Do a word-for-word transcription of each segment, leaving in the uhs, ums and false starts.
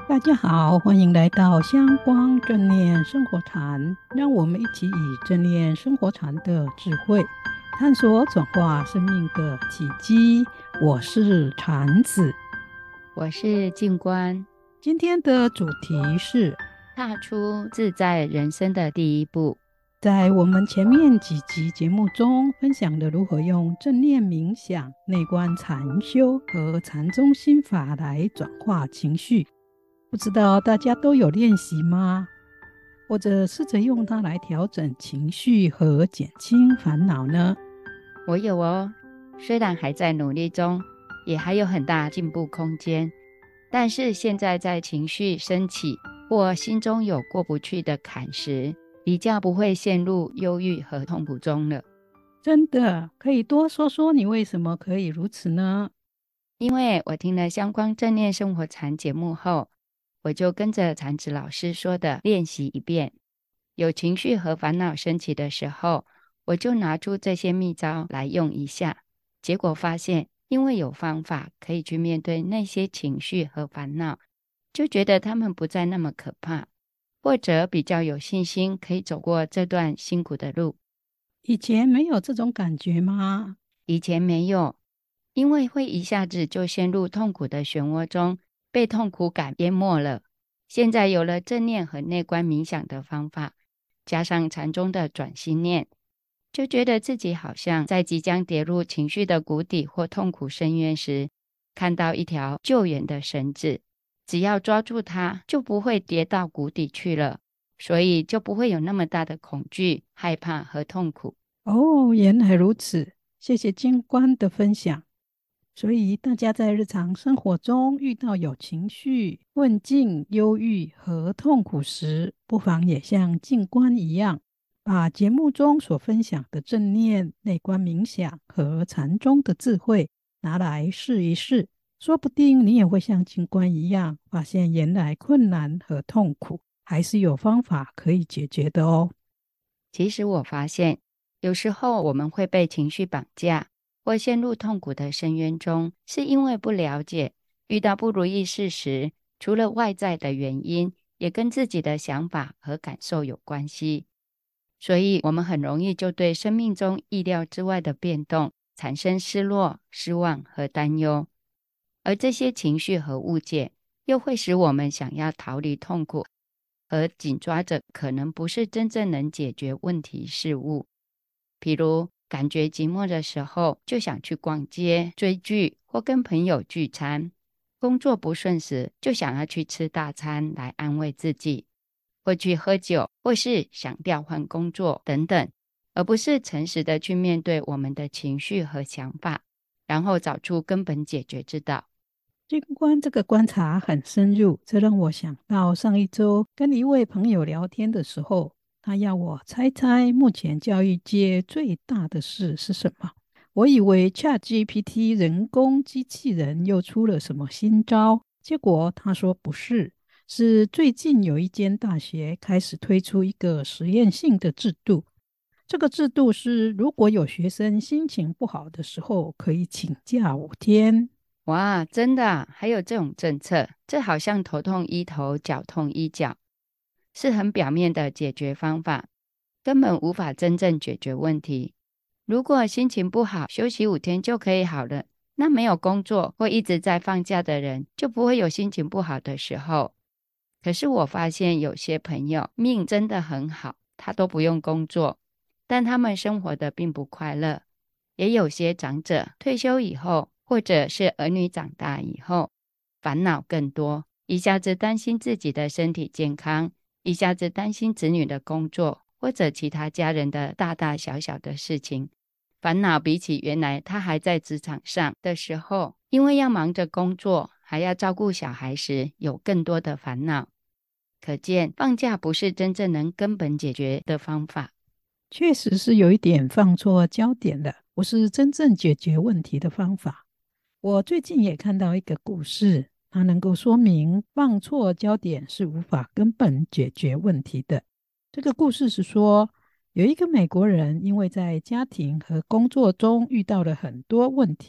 大家好，欢迎来到香光正念生活禅，让我们一起以正念生活禅的智慧，探索转化生命的契机。我是禅子， 我是静观， 今天的主题是踏出自在人生的第一步。 在我们前面几集节目中分享了如何用正念冥想、内观禅修和禅宗心法来转化情绪，不知道大家都有练习吗？或者试着用它来调整情绪和减轻烦恼呢？ 我有哦，虽然还在努力中，也还有很大进步空间，但是现在在情绪升起或心中有过不去的坎时，比较不会陷入忧郁和痛苦中了。 真的，可以多说说你为什么可以如此呢？ 因为我听了相关正念生活禅节目后，我就跟着禅子老师说的练习一遍。有情绪和烦恼升起的时候，我就拿出这些秘招来用一下，结果发现，因为有方法可以去面对那些情绪和烦恼，就觉得他们不再那么可怕，或者比较有信心可以走过这段辛苦的路。 以前没有这种感觉吗？ 以前没有，因为会一下子就陷入痛苦的漩涡中，被痛苦感淹没了。现在有了正念和内观冥想的方法，加上禅宗的转心念，就觉得自己好像在即将跌入情绪的谷底或痛苦深渊时，看到一条救援的绳子，只要抓住它，就不会跌到谷底去了，所以就不会有那么大的恐惧、害怕和痛苦。 哦，原来如此，谢谢金官的分享。所以大家在日常生活中遇到有情绪、困境、忧郁和痛苦时，不妨也像静观一样，把节目中所分享的正念、内观冥想和禅宗的智慧拿来试一试，说不定你也会像静观一样，发现原来困难和痛苦还是有方法可以解决的哦。 其实我发现，有时候我们会被情绪绑架，或陷入痛苦的深渊中，是因为不了解，遇到不如意事时，除了外在的原因，也跟自己的想法和感受有关系。所以，我们很容易就对生命中意料之外的变动产生失落、失望和担忧，而这些情绪和误解，又会使我们想要逃离痛苦，和紧抓着可能不是真正能解决问题事物。比如感觉寂寞的时候，就想去逛街、追剧或跟朋友聚餐；工作不顺时，就想要去吃大餐来安慰自己，或去喝酒，或是想调换工作等等，而不是诚实的去面对我们的情绪和想法，然后找出根本解决之道。 静观这个观察很深入，这让我想到上一周跟一位朋友聊天的时候，他要我猜猜目前教育界最大的事是什么。我以为 ChatGPT 人工机器人又出了什么新招，结果他说不是，是最近有一间大学开始推出一个实验性的制度。这个制度是，如果有学生心情不好的时候，可以请假五天。 哇，真的啊，还有这种政策，这好像头痛医头，脚痛医脚，是很表面的解决方法，根本无法真正解决问题。如果心情不好，休息五天就可以好了，那没有工作或一直在放假的人，就不会有心情不好的时候。可是我发现有些朋友命真的很好，他都不用工作，但他们生活的并不快乐。也有些长者退休以后，或者是儿女长大以后，烦恼更多，一下子担心自己的身体健康，一下子担心子女的工作，或者其他家人的大大小小的事情。烦恼比起原来他还在职场上的时候，因为要忙着工作，还要照顾小孩时，有更多的烦恼。可见放假不是真正能根本解决的方法。 确实是有一点放错焦点了，不是真正解决问题的方法。我最近也看到一个故事，它能够说明放错焦点是无法根本解决问题的。这个故事是说，有一个美国人因为在家庭和工作中遇到了很多问题，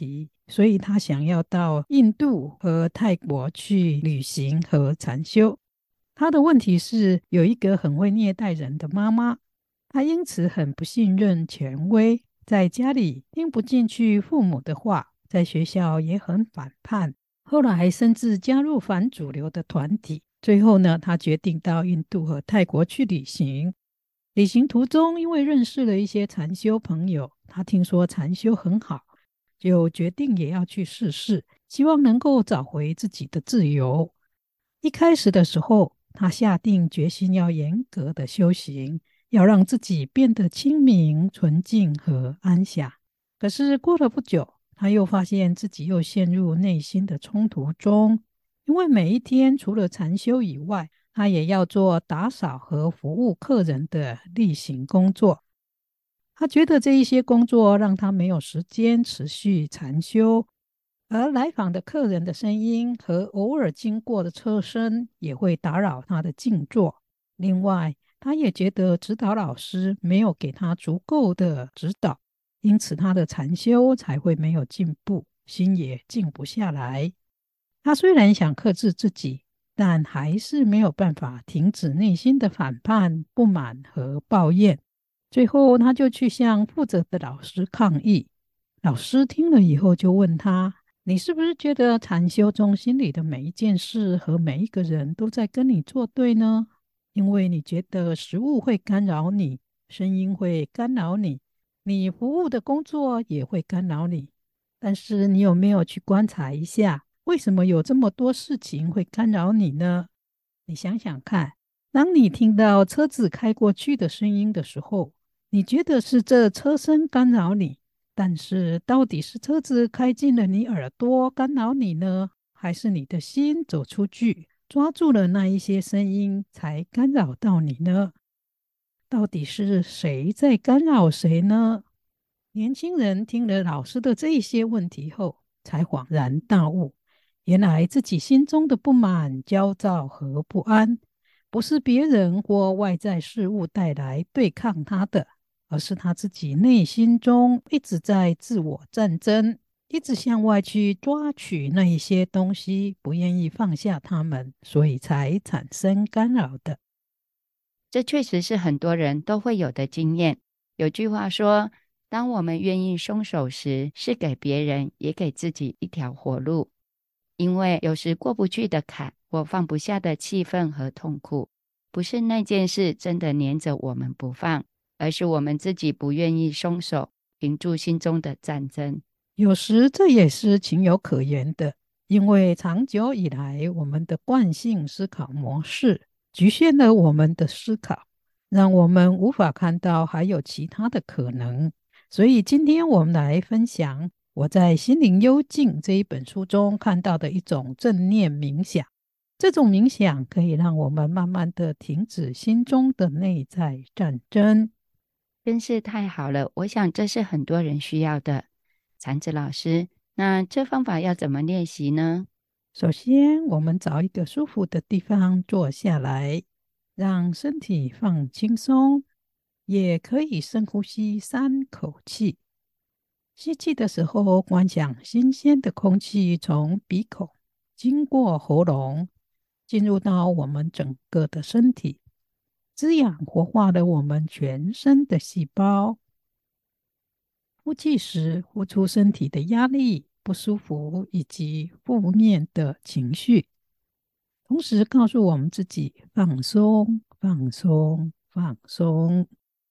所以他想要到印度和泰国去旅行和禅修。他的问题是有一个很会虐待人的妈妈，他因此很不信任权威，在家里听不进去父母的话，在学校也很反叛，后来甚至加入反主流的团体。最后呢，他决定到印度和泰国去旅行。旅行途中，因为认识了一些禅修朋友，他听说禅修很好，就决定也要去试试，希望能够找回自己的自由。一开始的时候，他下定决心要严格的修行，要让自己变得清明、纯净和安详。可是过了不久，他又发现自己又陷入内心的冲突中，因为每一天除了禅修以外，他也要做打扫和服务客人的例行工作。他觉得这一些工作让他没有时间持续禅修，而来访的客人的声音和偶尔经过的车声也会打扰他的静坐。另外，他也觉得指导老师没有给他足够的指导，因此他的禅修才会没有进步，心也静不下来。他虽然想克制自己，但还是没有办法停止内心的反叛、不满和抱怨。最后，他就去向负责的老师抗议。老师听了以后就问他：“你是不是觉得禅修中心里的每一件事和每一个人都在跟你作对呢？因为你觉得食物会干扰你，声音会干扰你，你服务的工作也会干扰你。但是你有没有去观察一下，为什么有这么多事情会干扰你呢？你想想看，当你听到车子开过去的声音的时候，你觉得是这车声干扰你，但是到底是车子开进了你耳朵干扰你呢，还是你的心走出去，抓住了那一些声音才干扰到你呢？到底是谁在干扰谁呢？”年轻人听了老师的这一些问题后，才恍然大悟，原来自己心中的不满、焦躁和不安，不是别人或外在事物带来对抗他的，而是他自己内心中一直在自我战争，一直向外去抓取那一些东西，不愿意放下它们，所以才产生干扰的。 这确实是很多人都会有的经验。有句话说，当我们愿意松手时，是给别人也给自己一条活路。因为有时过不去的坎或放不下的气氛和痛苦，不是那件事真的黏着我们不放，而是我们自己不愿意松手，停住心中的战争。 有时这也是情有可原的，因为长久以来我们的惯性思考模式局限了我们的思考，让我们无法看到还有其他的可能。所以今天我们来分享我在《心灵幽静》这一本书中看到的一种正念冥想。这种冥想可以让我们慢慢的停止心中的内在战争。 真是太好了，我想这是很多人需要的。禅子老师，那这方法要怎么练习呢？ 首先，我们找一个舒服的地方坐下来，让身体放轻松，也可以深呼吸三口气。吸气的时候，观想新鲜的空气从鼻孔经过喉咙，进入到我们整个的身体，滋养活化了我们全身的细胞。呼气时，呼出身体的压力、不舒服以及负面的情绪，同时告诉我们自己放松、放松、放松。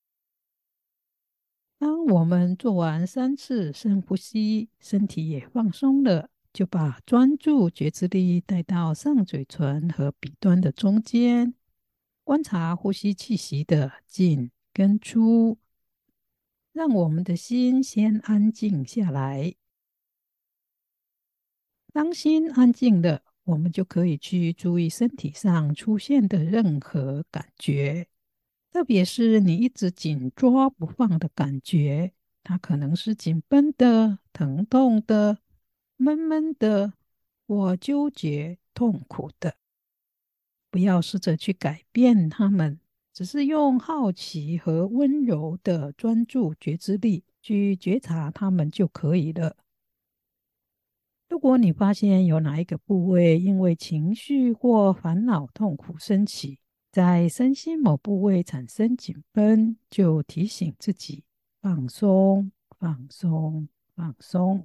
当我们做完三次深呼吸，身体也放松了，就把专注觉知力带到上嘴唇和鼻端的中间，观察呼吸气息的进跟出，让我们的心先安静下来。当心安静了，我们就可以去注意身体上出现的任何感觉，特别是你一直紧抓不放的感觉，它可能是紧绷的、疼痛的、闷闷的或纠结、痛苦的。不要试着去改变它们，只是用好奇和温柔的专注觉知力去觉察它们就可以了。 如果你发现有哪一个部位因为情绪或烦恼、痛苦升起，在身心某部位产生紧绷，就提醒自己放松、放松、放松。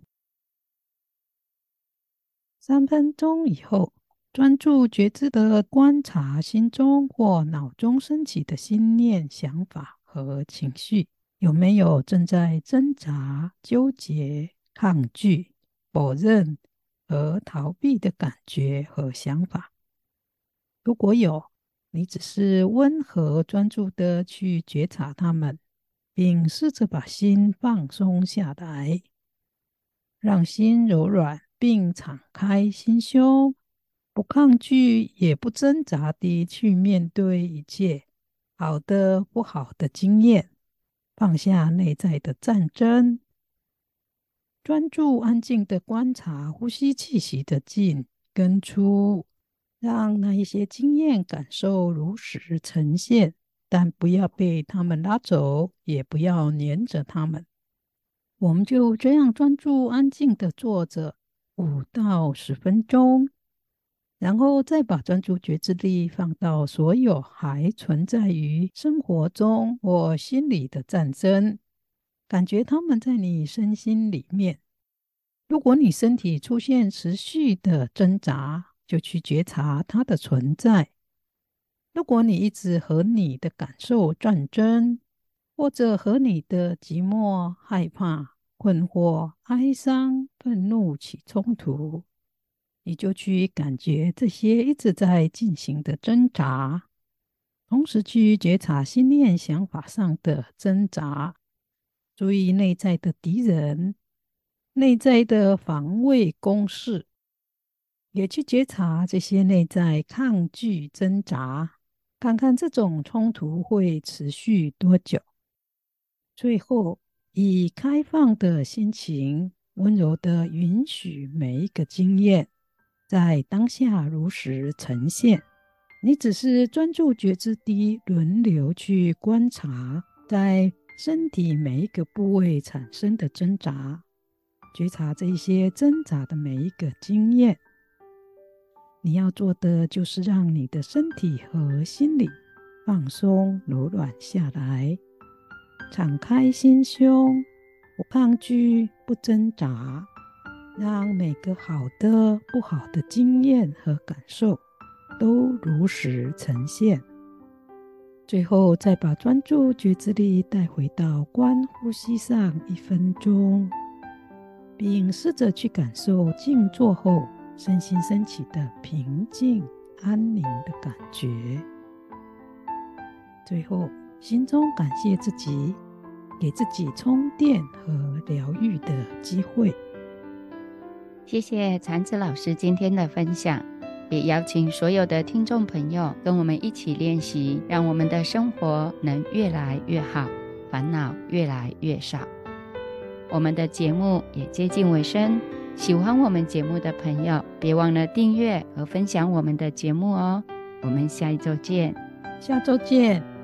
三分钟以后，专注觉知的观察心中或脑中升起的心念、想法和情绪，有没有正在挣扎、纠结、抗拒、否认和逃避的感觉和想法。如果有，你只是温和专注的去觉察它们，并试着把心放松下来，让心柔软并敞开心胸，不抗拒也不挣扎地去面对一切好的、不好的经验，放下内在的战争，专注安静的观察呼吸气息的进跟出，让那一些经验感受如实呈现，但不要被他们拉走，也不要黏着他们。我们就这样专注安静的坐着五到十分钟，然后再把专注觉知力放到所有还存在于生活中或心里的战争，感觉它们在你身心里面。如果你身体出现持续的挣扎，就去觉察它的存在。如果你一直和你的感受战争，或者和你的寂寞、害怕、困惑、哀伤、愤怒起冲突，你就去感觉这些一直在进行的挣扎，同时去觉察心念想法上的挣扎，注意内在的敌人、内在的防卫攻势，也去觉察这些内在抗拒挣扎，看看这种冲突会持续多久。最后，以开放的心情，温柔地允许每一个经验在当下如实呈现。你只是专注觉知地轮流去观察，在身体每一个部位产生的挣扎，觉察这些挣扎的每一个经验。你要做的就是让你的身体和心理放松柔软下来，敞开心胸，不抗拒，不挣扎，让每个好的、不好的经验和感受都如实呈现。最后再把专注觉知力带回到观呼吸上一分钟，并试着去感受静坐后身心升起的平静安宁的感觉。最后，心中感谢自己，给自己充电和疗愈的机会。 谢谢禅子老师今天的分享，也邀请所有的听众朋友跟我们一起练习，让我们的生活能越来越好，烦恼越来越少。我们的节目也接近尾声，喜欢我们节目的朋友，别忘了订阅和分享我们的节目哦。我们下一周见。 下周见。